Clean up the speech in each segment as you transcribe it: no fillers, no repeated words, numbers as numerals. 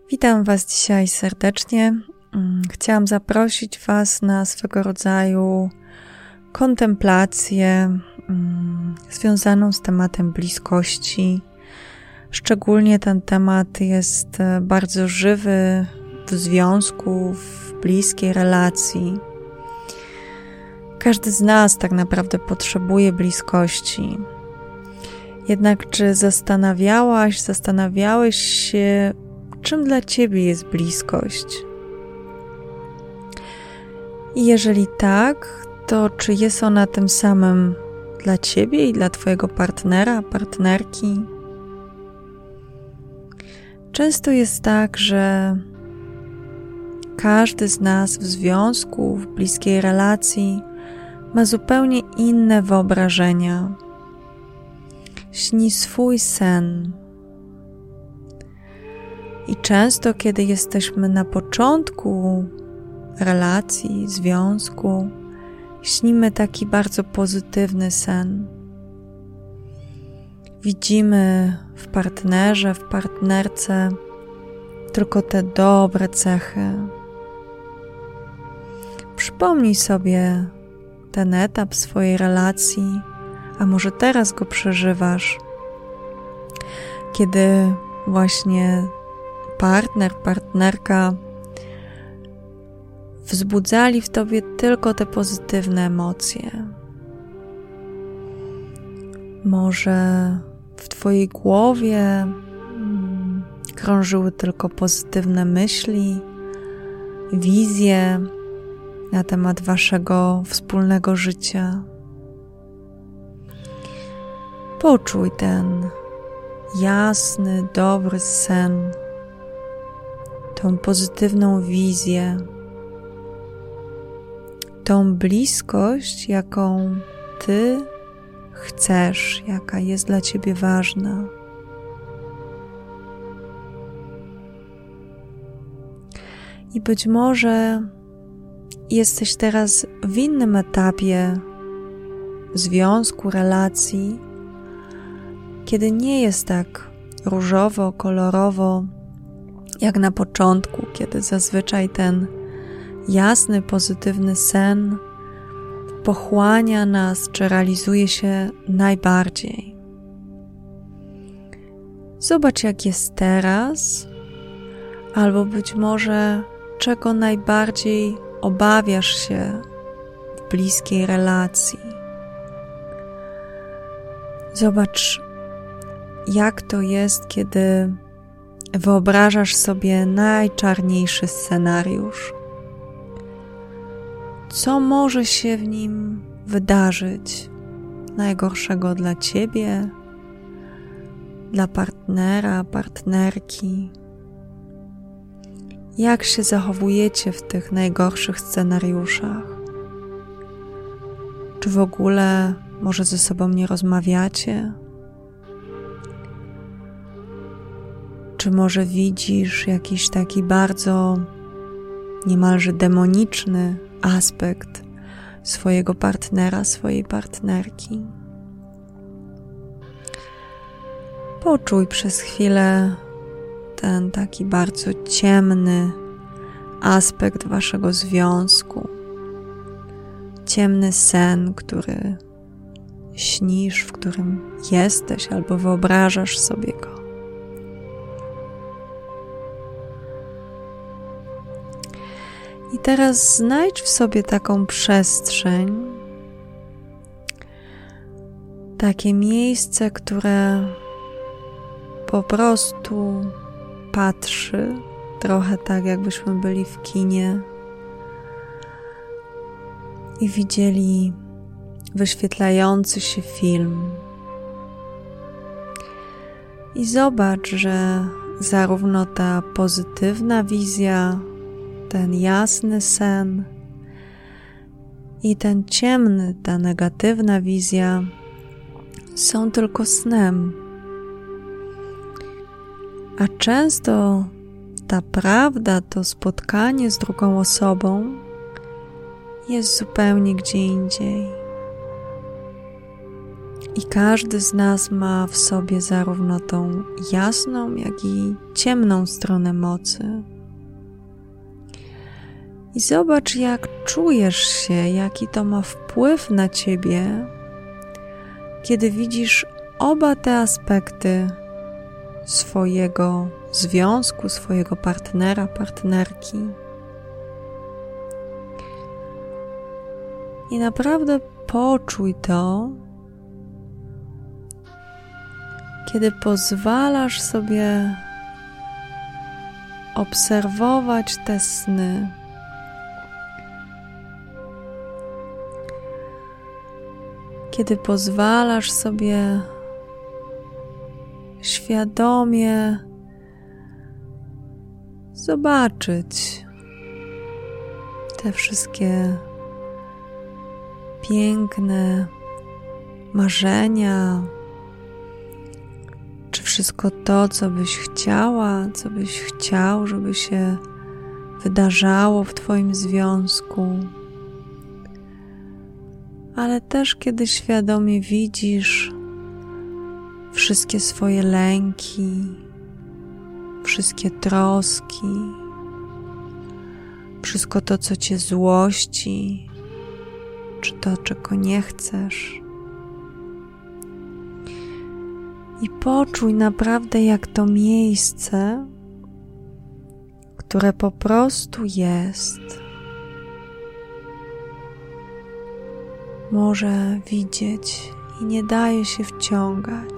Witam Was dzisiaj serdecznie. Chciałam zaprosić Was na swego rodzaju kontemplację związaną z tematem bliskości. Szczególnie ten temat jest bardzo żywy w związku, w bliskiej relacji. Każdy z nas tak naprawdę potrzebuje bliskości. Jednak czy zastanawiałeś się, czym dla Ciebie jest bliskość? I jeżeli tak, to czy jest ona tym samym dla Ciebie i dla Twojego partnera, partnerki? Często jest tak, że każdy z nas w związku, w bliskiej relacji ma zupełnie inne wyobrażenia. Śni swój sen. I często, kiedy jesteśmy na początku relacji, związku, śnimy taki bardzo pozytywny sen. Widzimy w partnerze, w partnerce tylko te dobre cechy. Przypomnij sobie ten etap swojej relacji, a może teraz go przeżywasz, kiedy właśnie partner, partnerka wzbudzali w Tobie tylko te pozytywne emocje. Może w Twojej głowie krążyły tylko pozytywne myśli, wizje na temat Waszego wspólnego życia. Poczuj ten jasny, dobry sen, tą pozytywną wizję, tą bliskość, jaką Ty chcesz, jaka jest dla Ciebie ważna. I być może jesteś teraz w innym etapie związku, relacji, kiedy nie jest tak różowo, kolorowo, jak na początku, kiedy zazwyczaj ten jasny, pozytywny sen pochłania nas, czy realizuje się najbardziej. Zobacz, jak jest teraz, albo być może czego najbardziej obawiasz się w bliskiej relacji. Zobacz, jak to jest, kiedy wyobrażasz sobie najczarniejszy scenariusz. Co może się w nim wydarzyć najgorszego dla Ciebie, dla partnera, partnerki? Jak się zachowujecie w tych najgorszych scenariuszach? Czy w ogóle może ze sobą nie rozmawiacie? Czy może widzisz jakiś taki bardzo niemalże demoniczny aspekt swojego partnera, swojej partnerki? Poczuj przez chwilę ten taki bardzo ciemny aspekt Waszego związku. Ciemny sen, który śnisz, w którym jesteś albo wyobrażasz sobie go. I teraz znajdź w sobie taką przestrzeń, takie miejsce, które po prostu patrzy, trochę tak, jakbyśmy byli w kinie i widzieli wyświetlający się film. I zobacz, że zarówno ta pozytywna wizja, ten jasny sen i ten ciemny, ta negatywna wizja są tylko snem. A często ta prawda, to spotkanie z drugą osobą jest zupełnie gdzie indziej. I każdy z nas ma w sobie zarówno tą jasną, jak i ciemną stronę mocy. I zobacz, jak czujesz się, jaki to ma wpływ na ciebie, kiedy widzisz oba te aspekty swojego związku, swojego partnera, partnerki. I naprawdę poczuj to, kiedy pozwalasz sobie obserwować te sny. Kiedy pozwalasz sobie świadomie zobaczyć te wszystkie piękne marzenia, czy wszystko to, co byś chciała, co byś chciał, żeby się wydarzało w Twoim związku. Ale też kiedy świadomie widzisz wszystkie swoje lęki, wszystkie troski, wszystko to, co Cię złości, czy to, czego nie chcesz. I poczuj naprawdę, jak to miejsce, które po prostu jest, może widzieć i nie daje się wciągać.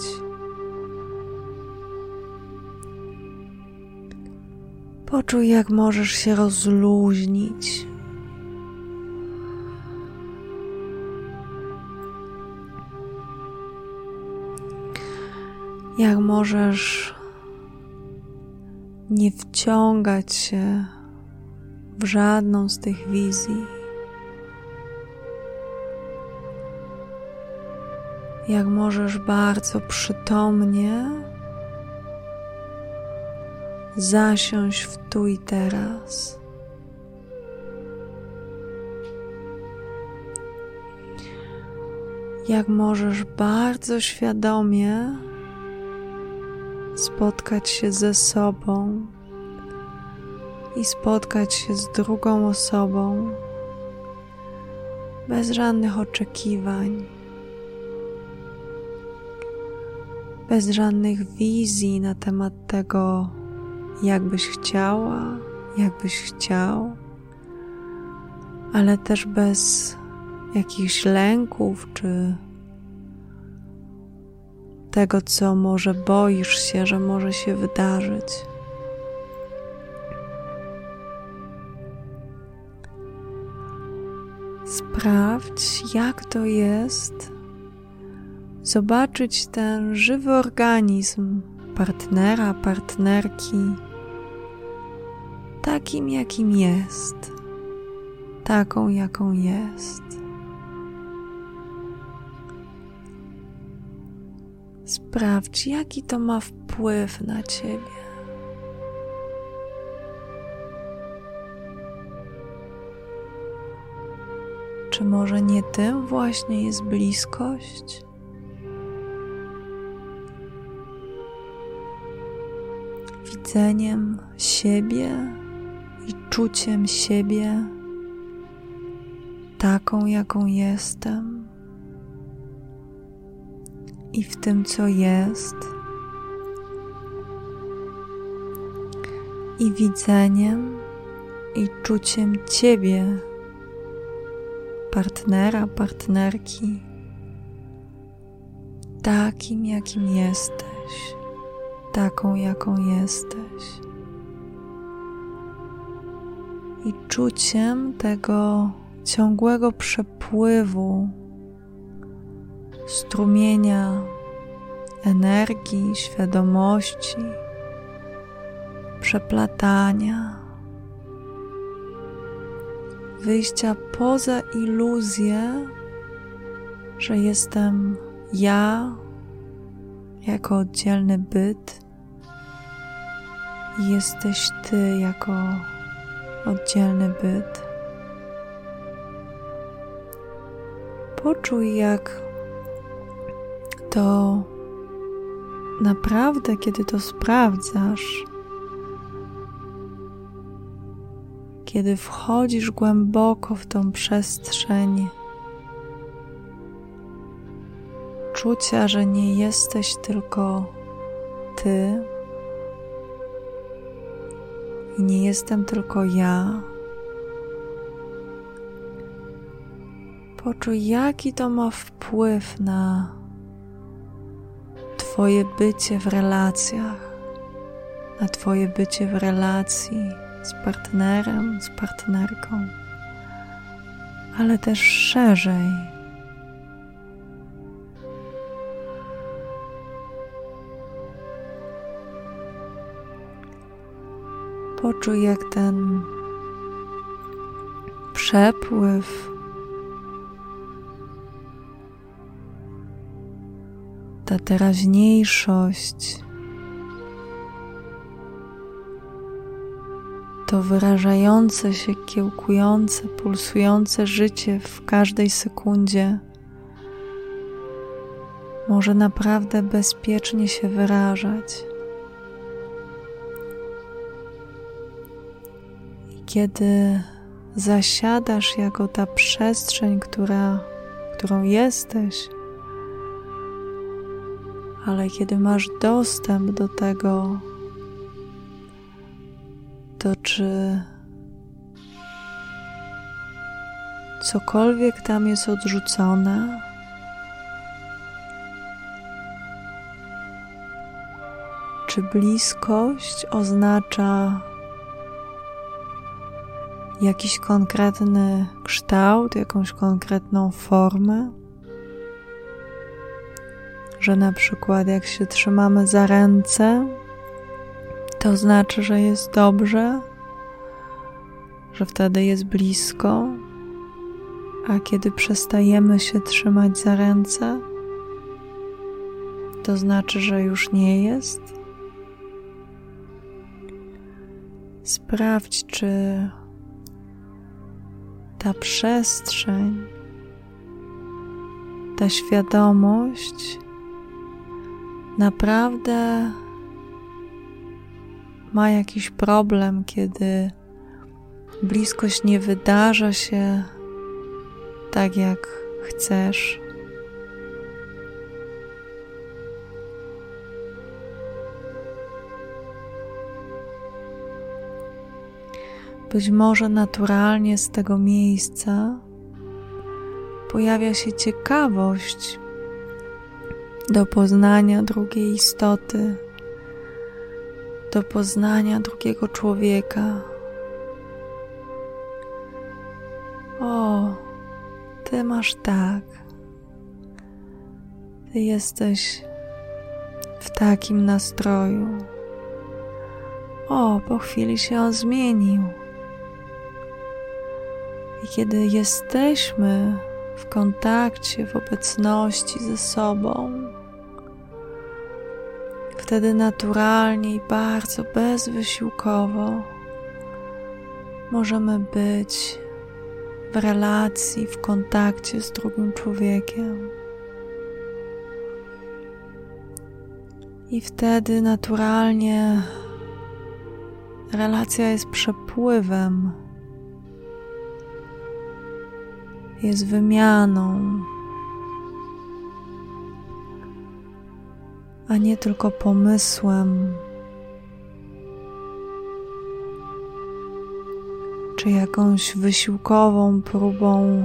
Poczuj, jak możesz się rozluźnić. Jak możesz nie wciągać się w żadną z tych wizji. Jak możesz bardzo przytomnie zasiąść w tu i teraz. Jak możesz bardzo świadomie spotkać się ze sobą i spotkać się z drugą osobą bez żadnych oczekiwań, bez żadnych wizji na temat tego, jak byś chciała, jak byś chciał, ale też bez jakichś lęków czy tego, co może boisz się, że może się wydarzyć. Sprawdź, jak to jest zobaczyć ten żywy organizm partnera, partnerki takim, jakim jest, taką, jaką jest. Sprawdź, jaki to ma wpływ na ciebie. Czy może nie tym właśnie jest bliskość? Widzeniem siebie i czuciem siebie taką, jaką jestem. I w tym, co jest, i widzeniem, i czuciem Ciebie, partnera, partnerki, takim, jakim jesteś, taką, jaką jesteś. I czuciem tego ciągłego przepływu strumienia energii, świadomości, przeplatania, wyjścia poza iluzję, że jestem ja jako oddzielny byt i jesteś Ty jako oddzielny byt. Poczuj, jak to naprawdę, kiedy to sprawdzasz, kiedy wchodzisz głęboko w tą przestrzeń czucia, że nie jesteś tylko ty i nie jestem tylko ja, poczuj, jaki to ma wpływ na Twoje bycie w relacjach, na Twoje bycie w relacji z partnerem, z partnerką, ale też szerzej. Poczuj, jak ten przepływ, ta teraźniejszość, to wyrażające się, kiełkujące, pulsujące życie w każdej sekundzie może naprawdę bezpiecznie się wyrażać. I kiedy zasiadasz jako ta przestrzeń, którą jesteś, ale kiedy masz dostęp do tego, to czy cokolwiek tam jest odrzucone, czy bliskość oznacza jakiś konkretny kształt, jakąś konkretną formę, że na przykład jak się trzymamy za ręce, to znaczy, że jest dobrze, że wtedy jest blisko, a kiedy przestajemy się trzymać za ręce, to znaczy, że już nie jest. Sprawdź, czy ta przestrzeń, ta świadomość naprawdę ma jakiś problem, kiedy bliskość nie wydarza się tak, jak chcesz. Być może naturalnie z tego miejsca pojawia się ciekawość do poznania drugiej istoty, do poznania drugiego człowieka. O, ty masz tak. Ty jesteś w takim nastroju. O, po chwili się on zmienił. I kiedy jesteśmy w kontakcie, w obecności ze sobą, wtedy naturalnie i bardzo bezwysiłkowo możemy być w relacji, w kontakcie z drugim człowiekiem. I wtedy naturalnie relacja jest przepływem, jest wymianą, a nie tylko pomysłem, czy jakąś wysiłkową próbą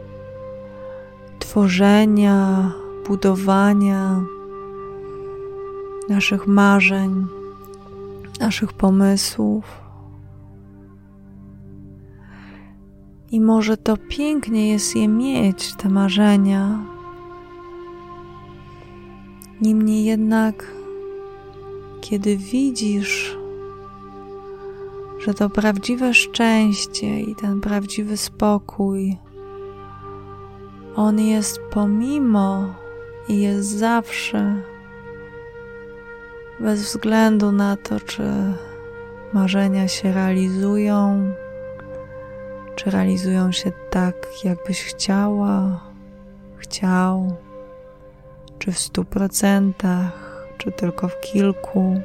tworzenia, budowania naszych marzeń, naszych pomysłów. I może to pięknie jest je mieć, te marzenia. Niemniej jednak, kiedy widzisz, że to prawdziwe szczęście i ten prawdziwy spokój, on jest pomimo i jest zawsze, bez względu na to, czy marzenia się realizują, czy realizują się tak, jakbyś chciała, chciał, czy w 100%, czy tylko w kilku.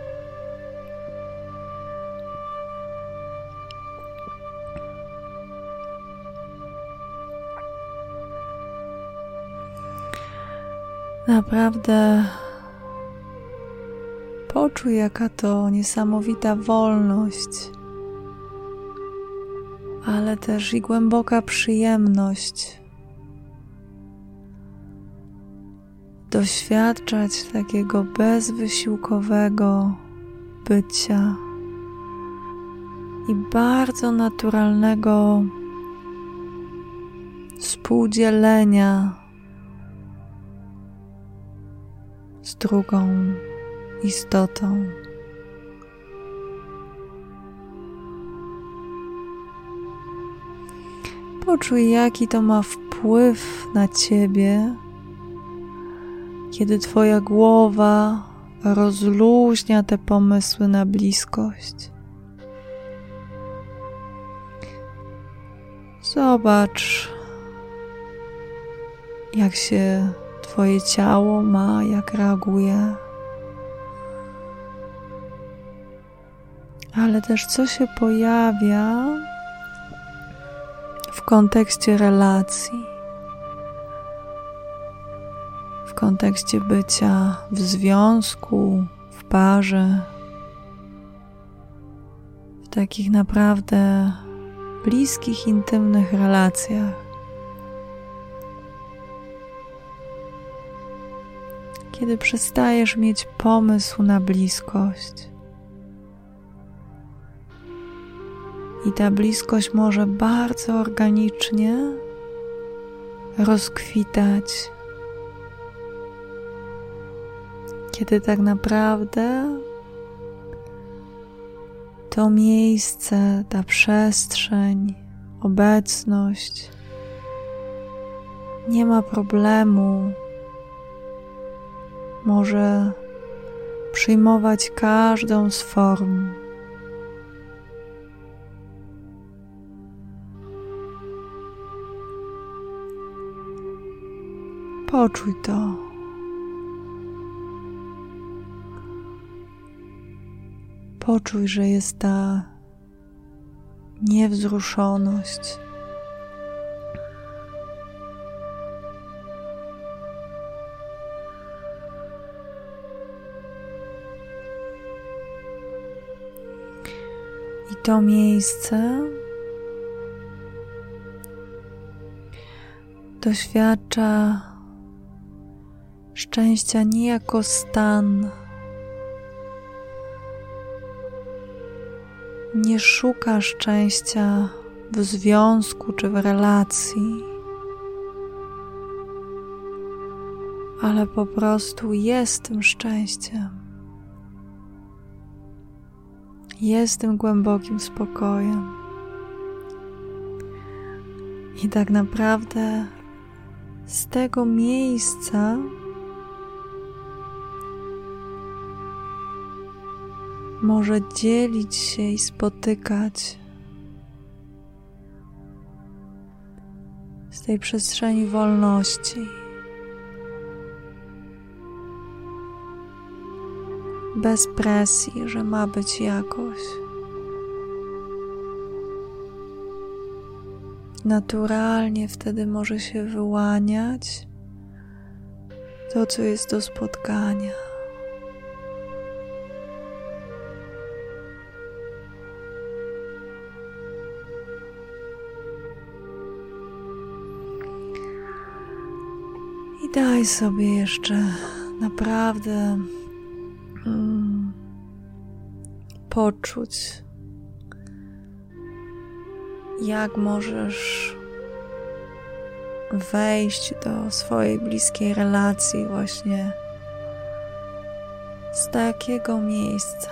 Naprawdę poczuj, jaka to niesamowita wolność, ale też i głęboka przyjemność doświadczać takiego bezwysiłkowego bycia i bardzo naturalnego współdzielenia z drugą istotą. Poczuj, jaki to ma wpływ na ciebie, kiedy twoja głowa rozluźnia te pomysły na bliskość. Zobacz, jak się twoje ciało ma, jak reaguje, ale też co się pojawia w kontekście relacji, w kontekście bycia w związku, w parze, w takich naprawdę bliskich, intymnych relacjach. Kiedy przestajesz mieć pomysł na bliskość i ta bliskość może bardzo organicznie rozkwitać, kiedy tak naprawdę to miejsce, ta przestrzeń, obecność nie ma problemu, może przyjmować każdą z form. Poczuj to. Poczuj, że jest ta niewzruszoność. I to miejsce doświadcza szczęścia nie jako stan. Nie szuka szczęścia w związku czy w relacji, ale po prostu jest tym szczęściem. Jest tym głębokim spokojem. I tak naprawdę z tego miejsca może dzielić się i spotykać z tej przestrzeni wolności, bez presji, że ma być jakoś. Naturalnie wtedy może się wyłaniać to, co jest do spotkania. I daj sobie jeszcze naprawdę poczuć, jak możesz wejść do swojej bliskiej relacji właśnie z takiego miejsca.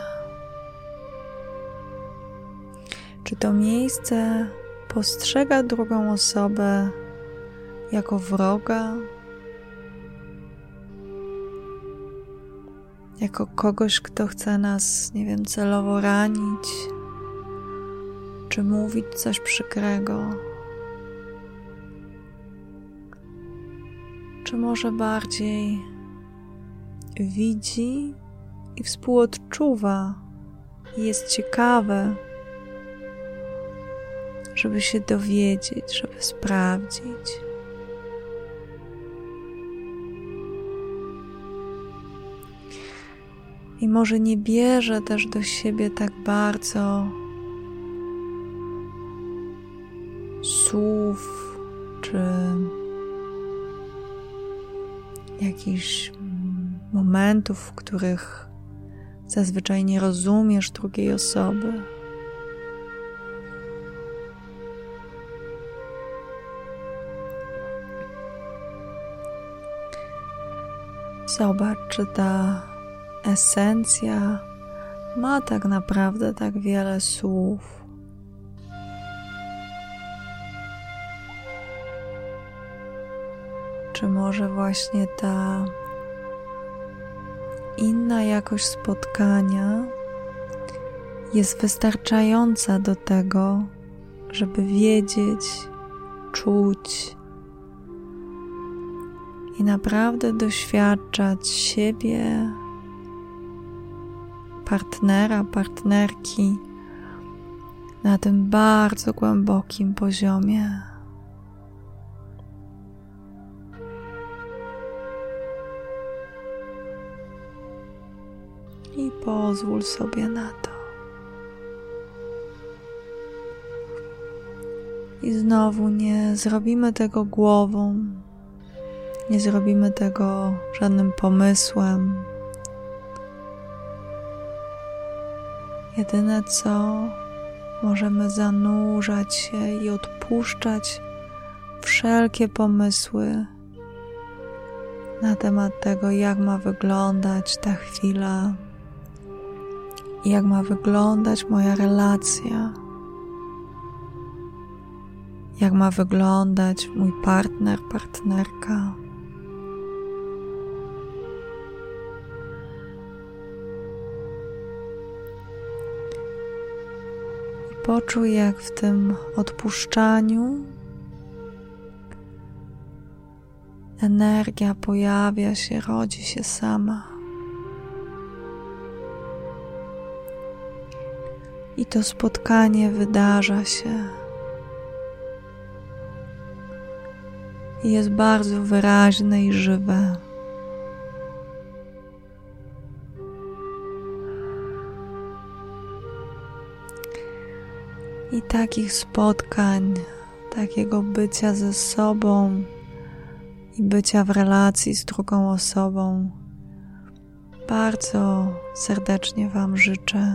Czy to miejsce postrzega drugą osobę jako wroga, jako kogoś, kto chce nas, nie wiem, celowo ranić, czy mówić coś przykrego, czy może bardziej widzi i współodczuwa. Jest ciekawe, żeby się dowiedzieć, żeby sprawdzić. I może nie bierze też do siebie tak bardzo słów czy jakichś momentów, w których zazwyczaj nie rozumiesz drugiej osoby. Zobacz, czy ta esencja ma tak naprawdę tak wiele słów. Czy może właśnie ta inna jakość spotkania jest wystarczająca do tego, żeby wiedzieć, czuć i naprawdę doświadczać siebie, partnera, partnerki na tym bardzo głębokim poziomie. I pozwól sobie na to. I znowu nie zrobimy tego głową, nie zrobimy tego żadnym pomysłem. Jedyne co, możemy zanurzać się i odpuszczać wszelkie pomysły na temat tego, jak ma wyglądać ta chwila, jak ma wyglądać moja relacja, jak ma wyglądać mój partner, partnerka. I poczuj, jak w tym odpuszczaniu energia pojawia się, rodzi się sama. I to spotkanie wydarza się. I jest bardzo wyraźne i żywe. I takich spotkań, takiego bycia ze sobą i bycia w relacji z drugą osobą bardzo serdecznie Wam życzę.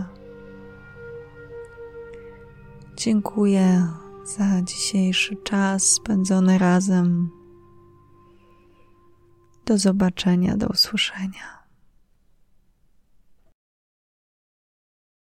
Dziękuję za dzisiejszy czas spędzony razem. Do zobaczenia, do usłyszenia.